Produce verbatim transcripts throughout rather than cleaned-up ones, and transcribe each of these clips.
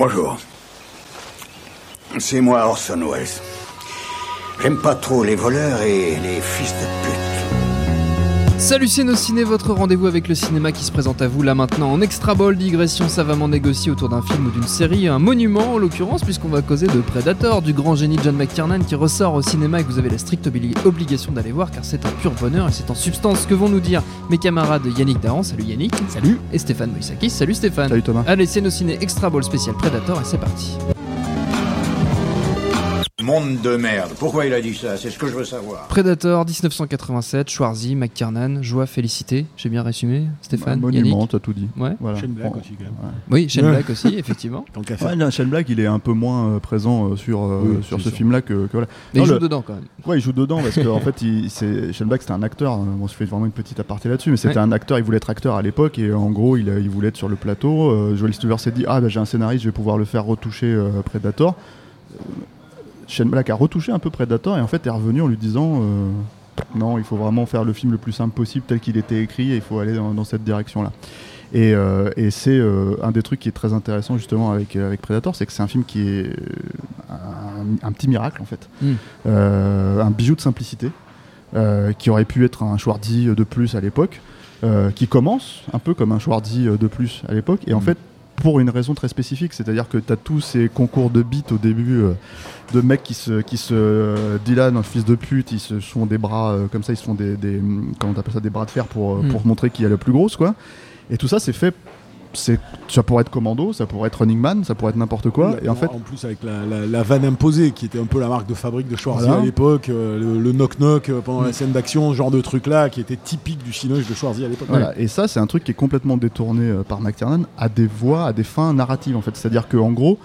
Bonjour. C'est moi Orson Welles. J'aime pas trop les voleurs et les fils de pute. Salut c'est Nos Ciné, votre rendez-vous avec le cinéma qui se présente à vous là maintenant en extra ball, digression savamment négociée autour d'un film ou d'une série, un monument en l'occurrence, puisqu'on va causer de Predator, du grand génie John McTiernan qui ressort au cinéma et que vous avez la stricte obli- obligation d'aller voir car c'est un pur bonheur et c'est en substance ce que vont nous dire mes camarades Yannick Dahan, salut Yannick, salut, et Stéphane Moïsakis, salut Stéphane. Salut Thomas. Allez c'est Nos Ciné extra ball spécial Predator et c'est parti. Monde de merde. Pourquoi il a dit ça? C'est ce que je veux savoir. Predator dix-neuf cent quatre-vingt-sept, Schwarzy, McTiernan, joie, félicité. J'ai bien résumé, Stéphane, bah, Yannick. Monument, t'as tout dit. Ouais. Voilà. Shane Black Bon, aussi quand même. ouais. Oui, Shane Black aussi, effectivement. Tant qu'à faire. Ouais, non, Shane Black, il est un peu moins euh, présent euh, sur, euh, Oui, sur c'est ce sûr. film-là que, que voilà. Mais Non, il joue le- dedans quand même. Ouais, il joue dedans parce qu'en en fait, il, c'est, Shane Black, c'était un acteur. hein. Bon, je fais vraiment une petite aparté là-dessus, mais c'était Ouais. un acteur. Il voulait être acteur à l'époque et en gros, il, il voulait être sur le plateau. Euh, Joel Stuver s'est dit, ah, bah, j'ai un scénariste, je vais pouvoir le faire retoucher euh, Predator. Euh, Shane Black a retouché un peu Predator et en fait est revenu en lui disant, euh, non, il faut vraiment faire le film le plus simple possible tel qu'il était écrit et il faut aller dans, dans cette direction-là. Et, euh, et c'est euh, un des trucs qui est très intéressant justement avec, avec Predator, c'est que c'est un film qui est un, un petit miracle en fait, Mm. Euh, un bijou de simplicité, euh, qui aurait pu être un Schwarzy de plus à l'époque, euh, qui commence un peu comme un Schwarzy de plus à l'époque, et en Mm. fait pour une raison très spécifique, c'est-à-dire que tu as tous ces concours de beats au début euh, de mecs qui se, qui se euh, Dylan, un fils de pute, ils se font des bras euh, comme ça, ils se font des, des comment t'appelles ça, des bras de fer pour, euh, Mm. pour montrer qui est le plus grosse quoi. Et tout ça c'est fait, c'est, ça pourrait être Commando, ça pourrait être Running Man, ça pourrait être n'importe quoi. Et en fait, en plus avec la, la, la vanne imposée qui était un peu la marque de fabrique de Schwarzy Voilà. à l'époque, euh, le, le knock-knock euh, pendant Mm. la scène d'action, ce genre de truc là qui était typique du cinoche de Schwarzy à l'époque. voilà. Et ça c'est un truc qui est complètement détourné euh, par McTiernan à des voix, à des fins narratives en fait. C'est-à-dire que en gros,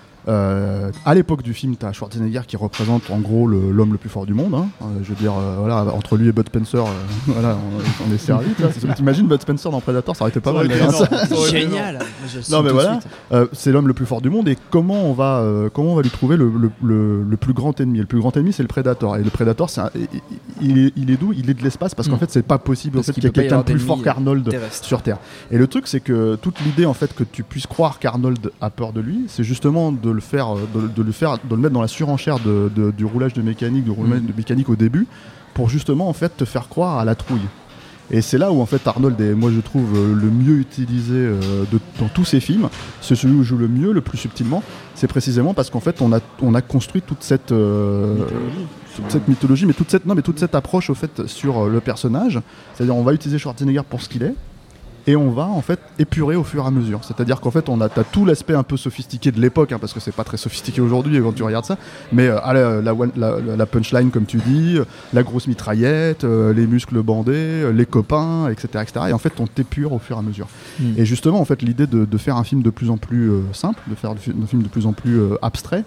euh, à l'époque du film, t'as Schwarzenegger qui représente en gros le- l'homme le plus fort du monde. Hein. Euh, je veux dire, euh, voilà, entre lui et Bud Spencer, euh, voilà, on, on est servi. tu vois. C'est- T'imagines Bud Spencer dans Predator, ça aurait été pas Ça mal. aurait été d'ailleurs, énorme. ça. Ça aurait été Génial. Moi, je Non signe mais tout de voilà, suite. euh, c'est l'homme le plus fort du monde et comment on va, euh, comment on va lui trouver le, le, le, le plus grand ennemi. Et le plus grand ennemi c'est le Predator. Et le Predator, c'est un- il, il est, il est d'où? Il est de l'espace parce qu'en Mm. fait c'est pas possible en Parce fait, qu'il qu'il y ait peut pas y quelqu'un de avoir plus fort d'ennemis, qu'Arnold terrestre. sur Terre. Et le truc c'est que toute l'idée en fait que tu puisses croire qu'Arnold a peur de lui, c'est justement de le faire, euh, de, de le faire, de le mettre dans la surenchère de, de- du roulage de mécanique, du roulage Mm. de mécanique au début, pour justement en fait te faire croire à la trouille. Et c'est là où en fait Arnold est, moi je trouve, euh, le mieux utilisé euh, de, dans tous ses films. C'est celui où il joue le mieux, le plus subtilement. C'est précisément parce qu'en fait on a, on a construit toute cette, euh, Mythologie. toute cette mythologie, mais toute cette, non, mais toute cette approche au fait sur euh, le personnage. C'est-à-dire on va utiliser Schwarzenegger pour ce qu'il est. Et on va en fait épurer au fur et à mesure. C'est-à-dire qu'en fait on a t'as tout l'aspect un peu sophistiqué de l'époque, hein, parce que c'est pas très sophistiqué aujourd'hui quand tu regardes ça. Mais euh, allez, euh, la, one- la, la- la punchline comme tu dis, euh, la grosse mitraillette, euh, les muscles bandés, euh, les copains, et cetera, et cetera. Et en fait on t'épure au fur et à mesure. Mm. Et justement en fait l'idée de, de faire un film de plus en plus euh, simple, de faire un film de plus en plus euh, abstrait,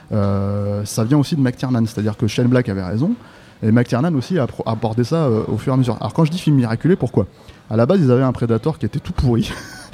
euh, ça vient aussi de McTiernan. C'est-à-dire que Shane Black avait raison. Et McTiernan aussi a pro- a abordé ça euh, au fur et à mesure. Alors quand je dis film miraculé, pourquoi? À la base, ils avaient un Predator qui était tout pourri,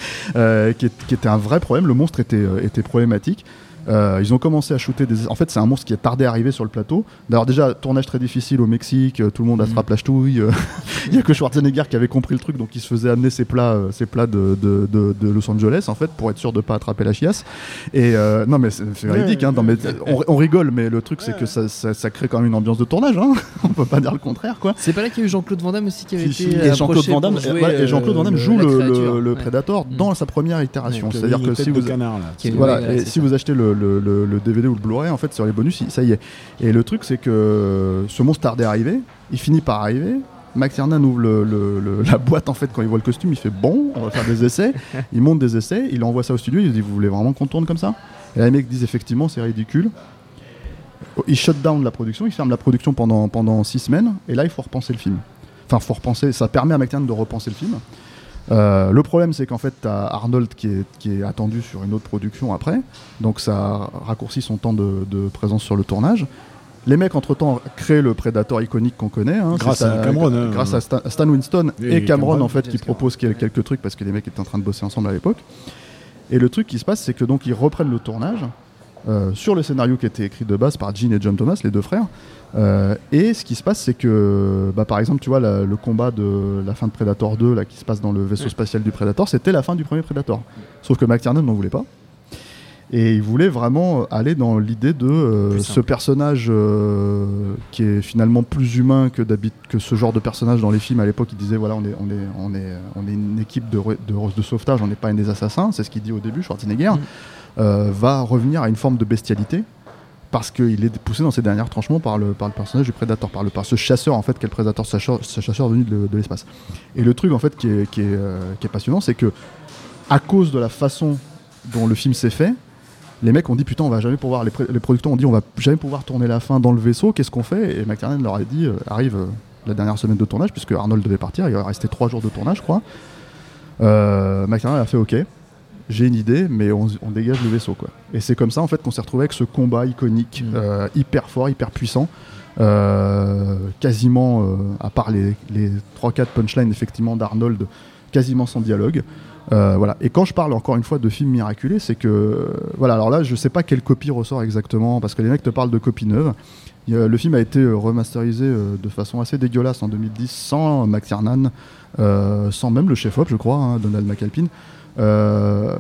euh, qui, est- qui était un vrai problème. Le monstre était, euh, était problématique. Euh, ils ont commencé à shooter des... En fait, c'est un monstre qui est tardé à arriver sur le plateau. D'ailleurs, déjà, tournage très difficile au Mexique, euh, tout le monde Mhm. attrape la ch'touille. euh, Il y a que Schwarzenegger qui avait compris le truc, donc il se faisait amener ses plats, euh, ses plats de, de, de- de Los Angeles, en fait, pour être sûr de pas attraper la chiasse. Et euh, non, mais c'est c'est Ouais, véridique, hein, non, mais on, on rigole, mais le truc, c'est Ouais. que ça, ça, ça crée quand même une ambiance de tournage. Hein. On peut pas dire le contraire, quoi. C'est pas là qu'il y a eu Jean-Claude Van Damme aussi qui avait Si, été si. Et Jean-Claude approché Van Damme, pour jouer, voilà, et Jean-Claude Van Damme euh, joue la le, créature. le- le Ouais. Predator Mm. dans sa première itération. Donc, C'est-à-dire une que tête si de vous, canard, là. Qui est- voilà, ouais, et c'est si ça. vous achetez le, le- le- le D V D ou le Blu-ray, en fait, sur les bonus, ça y est. Et le truc, c'est que ce monstre tardait à arriver, il finit par arriver. McTiernan ouvre le- le- le- la boîte en fait quand il voit le costume, il fait bon, on va faire des essais. Il monte des essais, il envoie ça au studio, il dit vous voulez vraiment qu'on tourne comme ça? Et là, les mecs disent effectivement c'est ridicule. Il shut down la production, il ferme la production pendant, pendant six semaines, et là il faut repenser le film. Enfin, faut repenser, ça permet à McTiernan de repenser le film. Euh, le problème, c'est qu'en fait, tu as Arnold qui est, qui est attendu sur une autre production après, donc ça raccourcit son temps de, de présence sur le tournage. Les mecs, entre-temps, créent le Predator iconique qu'on connaît. Hein, Grâce c'est à Stan- Cameron, hein. Grâce à Stan, Stan Winston Et et, Cameron, Cameron, en fait, qui James proposent quel- quelques trucs parce que les mecs étaient en train de bosser ensemble à l'époque. Et le truc qui se passe, c'est que donc ils reprennent le tournage euh, sur le scénario qui a été écrit de base par Gene et John Thomas, les deux frères. Euh, et ce qui se passe, c'est que, bah, par exemple, tu vois, la- le combat de la fin de Predator deux, là, qui se passe dans le vaisseau spatial du Predator, c'était la fin du premier Predator. Sauf que McTiernan n'en voulait pas. Et il voulait vraiment aller dans l'idée de euh, ce personnage euh, qui est finalement plus humain que, que ce genre de personnage dans les films. À l'époque, il disait voilà, on est, on est, on est, on est une équipe de, de, de sauvetage, on n'est pas des assassins. C'est ce qu'il dit au début, Schwarzenegger. Mmh. Euh, va revenir à une forme de bestialité parce qu'il est poussé dans ses derniers retranchements par le, par le personnage du Predator, par, le, par ce chasseur en fait, qui est le Predator, ce chasseur, ce chasseur venu de, de l'espace. Et le truc en fait qui est, qui est, euh, qui est passionnant, c'est que à cause de la façon dont le film s'est fait, les mecs ont dit putain on va jamais pouvoir, les, pré- les producteurs ont dit on va jamais pouvoir tourner la fin dans le vaisseau, qu'est-ce qu'on fait? Et McTiernan leur a dit euh, arrive euh, la dernière semaine de tournage, puisque Arnold devait partir, il va rester trois jours de tournage je crois. euh, McTiernan a fait ok, j'ai une idée mais on, on dégage le vaisseau quoi. Et c'est comme ça en fait qu'on s'est retrouvé avec ce combat iconique, mmh. euh, hyper fort, hyper puissant, euh, quasiment euh, à part les, les trois quatre punchlines effectivement d'Arnold, quasiment sans dialogue. Euh, voilà. Et quand je parle encore une fois de film miraculé, c'est que euh, voilà, alors là je sais pas quelle copie ressort exactement parce que les mecs te parlent de copie neuve. Il, euh, le film a été euh, remasterisé euh, de façon assez dégueulasse en deux mille dix sans McTiernan, euh, sans même le chef-op je crois, hein, Donald McAlpin, euh,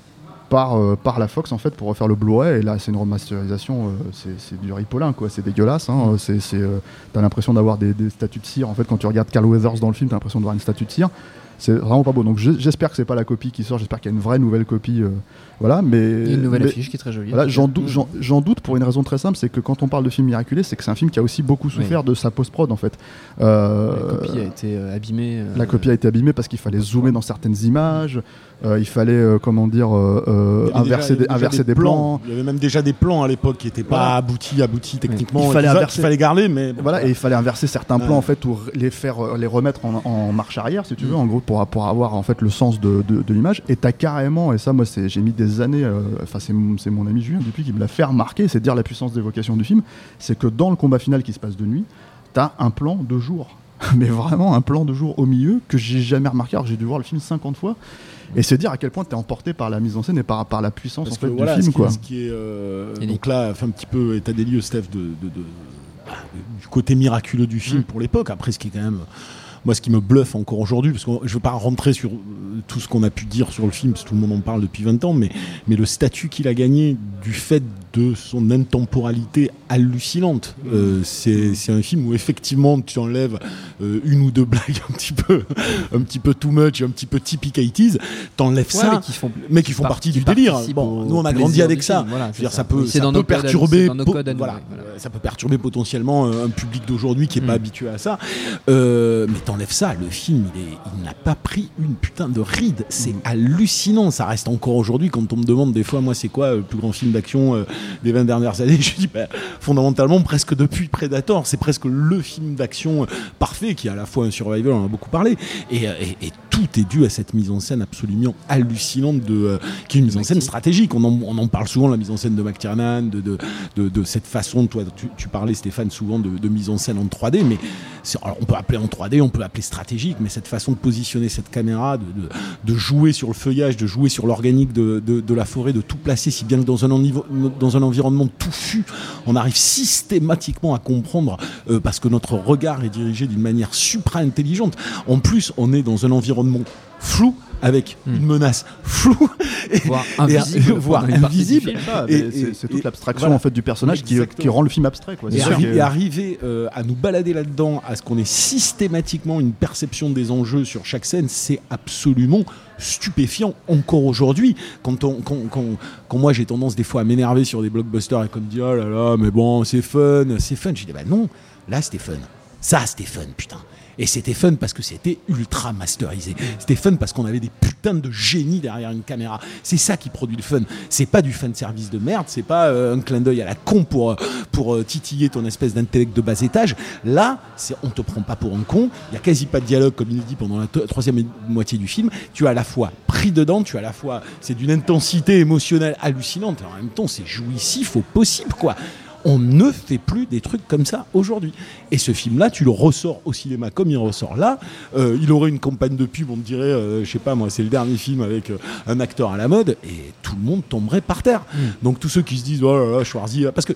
par, euh, par la Fox en fait pour refaire le Blu-ray. Et là c'est une remasterisation, euh, c'est, c'est du ripolin quoi, c'est dégueulasse. Hein, c'est, c'est, euh, t'as l'impression d'avoir des, des statues de cire. En fait quand tu regardes Carl Weathers dans le film, t'as l'impression de voir une statue de cire. C'est vraiment pas beau. Donc j'espère que c'est pas la copie qui sort. J'espère qu'il y a une vraie nouvelle copie. Euh, voilà, mais il y a une nouvelle mais, affiche qui est très jolie. Voilà, j'en, dou- j'en, j'en doute pour une raison très simple, c'est que quand on parle de film miraculé, c'est que c'est un film qui a aussi beaucoup souffert oui. de sa post-prod en fait. Euh, la copie a été euh, abîmée. Euh, la copie a été abîmée parce qu'il fallait zoomer dans certaines images. Euh, il fallait euh, comment dire euh, inverser, déjà, des, inverser des, des plans. plans. Il y avait même déjà des plans à l'époque qui n'étaient pas voilà. aboutis, aboutis techniquement. Il fallait, inverser, il fallait garder, mais voilà, voilà, et il fallait inverser certains plans en fait ou les faire, les remettre en, en marche arrière, si tu veux, en gros pour, pour avoir en fait le sens de, de, de l'image. Et t'as carrément, et ça moi c'est, j'ai mis des années, enfin euh, c'est, c'est mon ami Julien depuis qui me l'a fait remarquer, c'est de dire la puissance d'évocation du film, c'est que dans le combat final qui se passe de nuit, t'as un plan de jour. Mais vraiment un plan de jour au milieu que j'ai jamais remarqué alors que j'ai dû voir le film cinquante fois. Et c'est dire à quel point tu es emporté par la mise en scène et par, par la puissance en fait, que, voilà, du film. Ce quoi. Qui, ce qui est, euh, donc là, fait un petit peu état des lieux, Steph, de, de, de, bah, du côté miraculeux du film mmh. pour l'époque. Après, ce qui est quand même... Moi, ce qui me bluffe encore aujourd'hui, parce que je ne veux pas rentrer sur tout ce qu'on a pu dire sur le film, parce que tout le monde en parle depuis vingt ans, mais, mais le statut qu'il a gagné du fait de son intemporalité hallucinante. Euh, c'est, c'est un film où effectivement tu enlèves euh, une ou deux blagues un petit peu, un petit peu too much, un petit peu typique eighties, t'enlèves ouais, ça, mais qui font, mais qui font par, partie du délire. Bon, nous on a grandi avec ça. Film, voilà, je veux dire, ça, ça peut, ça peut perturber, po- voilà, voilà. ça peut perturber potentiellement un public d'aujourd'hui qui est mmh. pas habitué à ça. Euh, mais t'enlèves ça, le film, il, est, il n'a pas pris une putain de ride. C'est mmh. hallucinant. Ça reste encore aujourd'hui quand on me demande des fois, moi, c'est quoi le plus grand film d'action euh, des vingt dernières années? Je dis, bah, fondamentalement, presque depuis Predator, c'est presque le film d'action parfait qui est à la fois un survival, on en a beaucoup parlé, et, et, et tout est dû à cette mise en scène absolument hallucinante de, euh, qui est une mise en scène stratégique. On en, on en parle souvent, la mise en scène de McTiernan, de, de, de, de cette façon, toi, tu, tu parlais, Stéphane, souvent de, de mise en scène en trois D, mais c'est, alors, on peut appeler en trois D, on peut appeler stratégique, mais cette façon de positionner cette caméra, de, de, de jouer sur le feuillage, de jouer sur l'organique de, de, de la forêt, de tout placer, si bien que dans un, ennivo, dans un environnement touffu, on arrive systématiquement à comprendre, euh, parce que notre regard est dirigé d'une manière supra-intelligente. En plus, on est dans un environnement flou, avec mmh. une menace floue, et, voire invisible, et, voire invisible. Ah, et, et, c'est, c'est toute l'abstraction voilà. en fait du personnage qui, qui rend le film abstrait. Quoi. Et, arri- et arriver euh, à nous balader là-dedans, à ce qu'on ait systématiquement une perception des enjeux sur chaque scène, c'est absolument stupéfiant encore aujourd'hui. Quand, on, quand, quand, quand moi j'ai tendance des fois à m'énerver sur des blockbusters et comme dire oh là là, mais bon, c'est fun, c'est fun. Je dis bah non, là c'était fun. Ça c'était fun, putain. Et c'était fun parce que c'était ultra masterisé. C'était fun parce qu'on avait des putains de génies derrière une caméra. C'est ça qui produit le fun. C'est pas du fan service de merde. C'est pas euh, un clin d'œil à la con pour, pour euh, titiller ton espèce d'intellect de bas étage. Là, c'est, on te prend pas pour un con. Il y a quasi pas de dialogue, comme il le dit pendant la t- troisième moitié du film. Tu es à la fois pris dedans, tu es à la fois... C'est d'une intensité émotionnelle hallucinante. Et en même temps, c'est jouissif au possible, quoi. On ne fait plus des trucs comme ça aujourd'hui. Et ce film-là, tu le ressors au cinéma comme il ressort là. Euh, il aurait une campagne de pub, on te dirait, euh, je sais pas moi, c'est le dernier film avec euh, un acteur à la mode, et tout le monde tomberait par terre. Mmh. Donc tous ceux qui se disent, oh là là, Schwarzy, parce que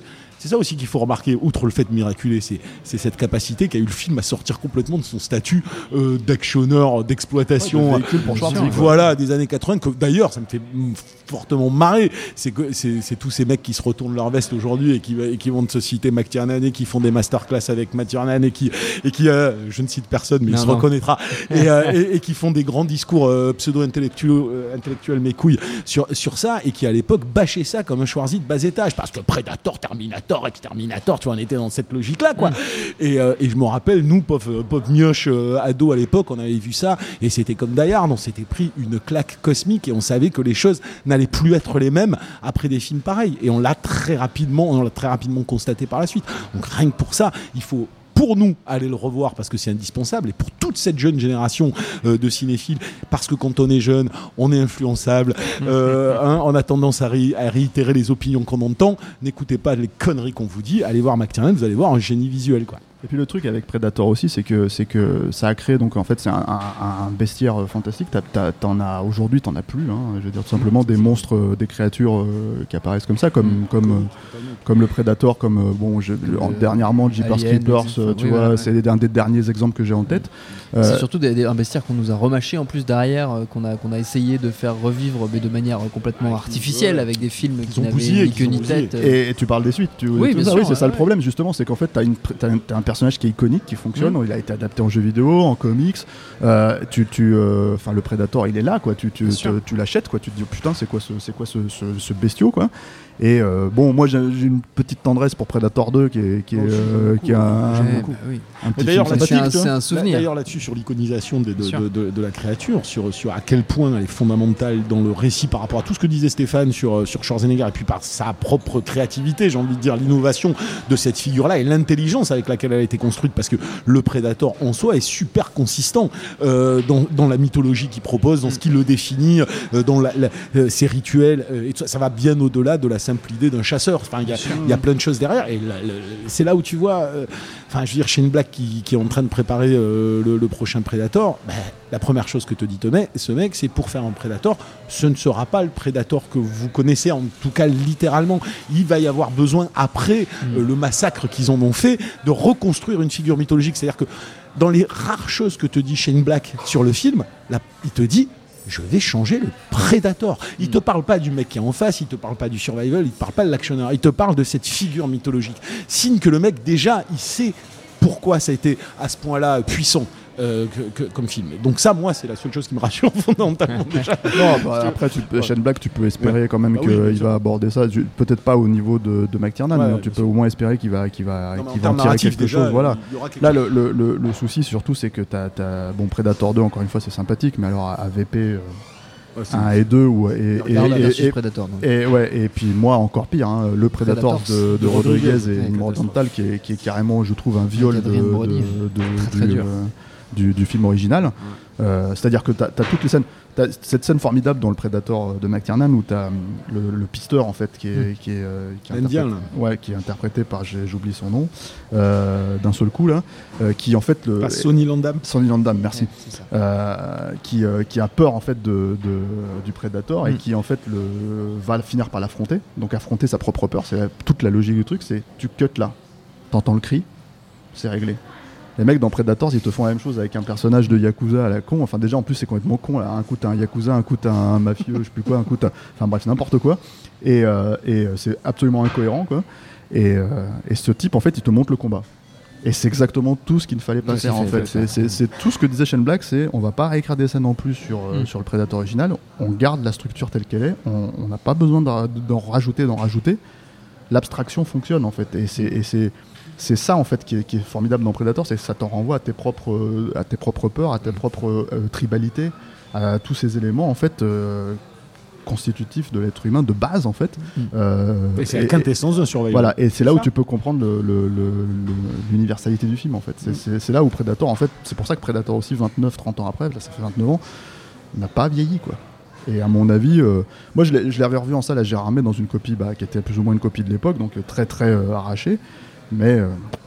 c'est ça aussi qu'il faut remarquer, outre le fait miraculé, c'est, c'est cette capacité qu'a eu le film à sortir complètement de son statut euh, d'actionneur, d'exploitation, ouais, de pour euh, voilà, des années quatre-vingts, que d'ailleurs ça me fait fortement marrer, c'est, que, c'est, c'est tous ces mecs qui se retournent leur veste aujourd'hui et qui, et qui vont de Société McTiernan et qui font des masterclass avec McTiernan et qui, et qui euh, je ne cite personne mais non, il se non. reconnaîtra, et, euh, et, et qui font des grands discours euh, pseudo-intellectuels euh, intellectuels mes couilles sur, sur ça, et qui à l'époque bâchaient ça comme un Schwarzy de bas étage, parce que Predator, Terminator, Exterminator, tu vois, on était dans cette logique-là, quoi. Mmh. Et, euh, et je me rappelle, nous, pauvres pauvre mioche euh, ado à l'époque, on avait vu ça, et c'était comme Die Hard, on s'était pris une claque cosmique, et on savait que les choses n'allaient plus être les mêmes après des films pareils, et on l'a très rapidement, on l'a très rapidement constaté par la suite. Donc rien que pour ça, il faut pour nous aller le revoir parce que c'est indispensable, et pour toute cette jeune génération euh, de cinéphiles, parce que quand on est jeune on est influençable, euh, hein, on a tendance à, ré- à réitérer les opinions qu'on entend. N'écoutez pas les conneries qu'on vous dit, allez voir McTiernan, vous allez voir un génie visuel, quoi. Et puis le truc avec Predator aussi, c'est que, c'est que ça a créé, donc en fait c'est un, un, un bestiaire fantastique. T'as, t'as, t'en as, aujourd'hui t'en as plus, hein, je veux dire tout simplement des monstres, euh, des créatures euh, qui apparaissent comme ça, comme, comme, euh, comme le Predator, comme euh, bon, je, le, en, dernièrement Jeepers Creepers, euh, tu oui, vois, ouais, c'est ouais. un des derniers exemples que j'ai en tête. Euh, c'est surtout des, des, un bestiaire qu'on nous a remâché en plus derrière, euh, qu'on, a, qu'on a essayé de faire revivre, mais de manière complètement artificielle, avec des films qui n'avaient ni queue ni tête. Et, et tu parles des suites, tu, oui, tout bien ça, sûr, oui, c'est ouais, ça ouais. le problème justement, c'est qu'en fait t'as, une, t'as, un, t'as un personnage qui est iconique, qui fonctionne, mmh. il a été adapté en jeu vidéo, en comics, euh, tu, tu, euh, le Predator il est là, quoi. tu, tu, tu, tu l'achètes, quoi. Tu te dis oh, putain c'est quoi ce, c'est quoi ce, ce, ce bestiau, quoi. Et euh, bon, moi j'ai, j'ai une petite tendresse pour Predator deux qui est, qui est, euh, qui a un, un, bah, oui. un petit d'ailleurs, film sympathique. C'est un, c'est un souvenir. D'ailleurs là-dessus, sur l'iconisation de, de, de, de, de la créature, sur, sur à quel point elle est fondamentale dans le récit par rapport à tout ce que disait Stéphane sur, sur Schwarzenegger, et puis par sa propre créativité, j'ai envie de dire, l'innovation de cette figure-là et l'intelligence avec laquelle elle a été construite, parce que le Predator en soi est super consistant euh, dans, dans la mythologie qu'il propose, dans ce qui le définit, euh, dans la, la, euh, ses rituels, euh, et tout ça, ça va bien au-delà de la simple idée d'un chasseur. Enfin, il y, y a plein de choses derrière, et la, la, c'est là où tu vois, euh, enfin, je veux dire, Shane Black qui, qui est en train de préparer euh, le, le prochain Predator. Ben, la première chose que te dit ce mec, c'est pour faire un Predator, ce ne sera pas le Predator que vous connaissez, en tout cas littéralement. Il va y avoir besoin, après mmh. euh, le massacre qu'ils en ont fait, de reconstruire une figure mythologique. C'est-à-dire que dans les rares choses que te dit Shane Black sur le film, là, il te dit je vais changer le Predator. Il te parle pas du mec qui est en face, il te parle pas du survival, il te parle pas de l'actionneur, il te parle de cette figure mythologique. Signe que le mec, déjà, il sait pourquoi ça a été à ce point-là puissant. Euh, que, que, comme film. Donc ça, moi, c'est la seule chose qui me rassure fondamentalement déjà. Non, bah, après, tu, Shane Black, tu peux espérer ouais. quand même bah qu'il oui, va aborder ça. Peut-être pas au niveau de, de McTiernan, ouais, mais tu peux sûr. Au moins espérer qu'il va, qu'il va, non, qu'il va en tirer quelque déjà, chose. Voilà. Là, le, le, le, le souci surtout, c'est que t'as, t'as, bon, Predator deux, encore une fois, c'est sympathique, mais alors A V P. Euh, Ouais, un et deux ou et, et, et, et, Predator, et ouais et puis moi encore pire hein, le Predator de, de Rodriguez, Rodriguez et Mordenthal qui est, qui est carrément je trouve un viol de, de, de, de, très, très du, euh, du, du film original. Ouais. Euh, c'est-à-dire que t'as, t'as toutes les scènes, t'as cette scène formidable dans le Predator de McTiernan où t'as le, le pisteur en fait qui est, mmh. qui est, euh, qui est Indien, ouais, qui est interprété par j'ai, j'oublie son nom euh, d'un seul coup là, euh, qui en fait le ah, Sonny Landham. Sonny Landham, merci. Ouais, euh, qui euh, qui a peur en fait de, de du Predator mmh. et qui en fait le va finir par l'affronter. Donc affronter sa propre peur, c'est toute la logique du truc, c'est tu cut là, t'entends le cri, c'est réglé. Les mecs dans Predators, ils te font la même chose avec un personnage de Yakuza à la con. Enfin, déjà, en plus, c'est complètement con. Là. Un coup, t'as un Yakuza, un coup, t'as un mafieux, je sais plus quoi, un coup, t'as... Enfin, bref, c'est n'importe quoi. Et, euh, et c'est absolument incohérent, quoi. Et, euh, et ce type, en fait, il te montre le combat. Et c'est exactement tout ce qu'il ne fallait pas faire, en fait. C'est, c'est, c'est tout ce que disait Shane Black, c'est on va pas réécrire des scènes en plus sur, mm. euh, sur le Predator original. On garde la structure telle qu'elle est. On n'a pas besoin d'en, d'en rajouter, d'en rajouter. L'abstraction fonctionne, en fait. Et c'est... Et c'est C'est ça en fait qui est, qui est formidable dans Predator, c'est que ça t'en renvoie à tes propres, à tes propres peurs, à tes propres euh, tribalités, à tous ces éléments en fait euh, constitutifs de l'être humain de base en fait. Euh, et c'est et, la quintessence d'un survival. Voilà, et c'est là où tu peux comprendre le, le, le, le, l'universalité du film en fait. C'est, mm. c'est, c'est là où Predator en fait, c'est pour ça que Predator aussi vingt-neuf trente ans après, là ça fait vingt-neuf ans, n'a pas vieilli quoi. Et à mon avis, euh, moi je, l'ai, je l'avais revu en salle à Gérardmer dans une copie bah, qui était plus ou moins une copie de l'époque, donc très très euh, arrachée. Mais euh,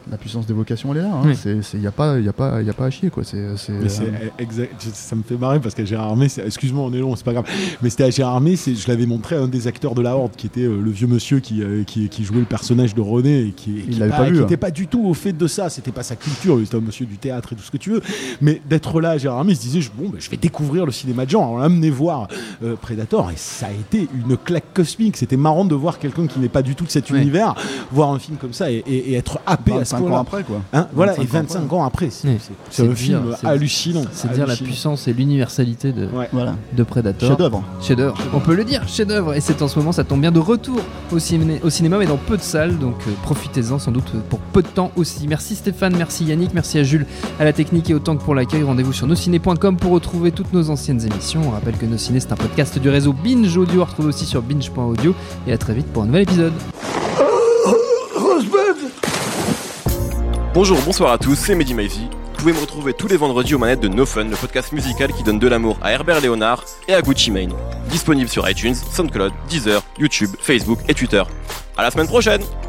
La puissance d'évocation, elle est là. Il hein. oui. n'y a, a, a, a pas à chier. Quoi. C'est, c'est, mais c'est euh... exact, ça me fait marrer parce qu'à Gérard Armé, excuse-moi, on est long, c'est pas grave. Mais c'était à Gérard Armé, c'est, je l'avais montré à un des acteurs de La Horde qui était euh, le vieux monsieur qui, euh, qui, qui jouait le personnage de René et qui n'était pas, hein. pas du tout au fait de ça. C'était pas sa culture, c'était un monsieur du théâtre et tout ce que tu veux. Mais d'être là à Gérard Armé, il se disait je, bon, ben, je vais découvrir le cinéma de genre. Alors amenez voir euh, Predator et ça a été une claque cosmique. C'était marrant de voir quelqu'un qui n'est pas du tout de cet oui. univers voir un film comme ça et, et, et être happé à ce point-là. Ans après, quoi. Hein, voilà, et vingt-cinq ans après, c'est, oui. c'est, c'est, c'est un film dire, c'est, hallucinant. C'est, c'est dire la puissance et l'universalité de, ouais. voilà. de Predator. Chef-d'œuvre. Chef-d'œuvre. On peut le dire, chef-d'œuvre. Et c'est en ce moment, ça tombe bien, de retour au, ciné- au cinéma, mais dans peu de salles. Donc euh, profitez-en sans doute pour peu de temps aussi. Merci Stéphane, merci Yannick, merci à Jules, à la technique et autant que pour l'accueil. Rendez-vous sur nosciné point com pour retrouver toutes nos anciennes émissions. On rappelle que Nos Ciné, c'est un podcast du réseau Binge Audio, à retrouver aussi sur binge point audio. Et à très vite pour un nouvel épisode. Bonjour, bonsoir à tous, c'est Mehdi Maizy. Vous pouvez me retrouver tous les vendredis aux manettes de No Fun, le podcast musical qui donne de l'amour à Herbert Léonard et à Gucci Mane. Disponible sur iTunes, SoundCloud, Deezer, YouTube, Facebook et Twitter. À la semaine prochaine!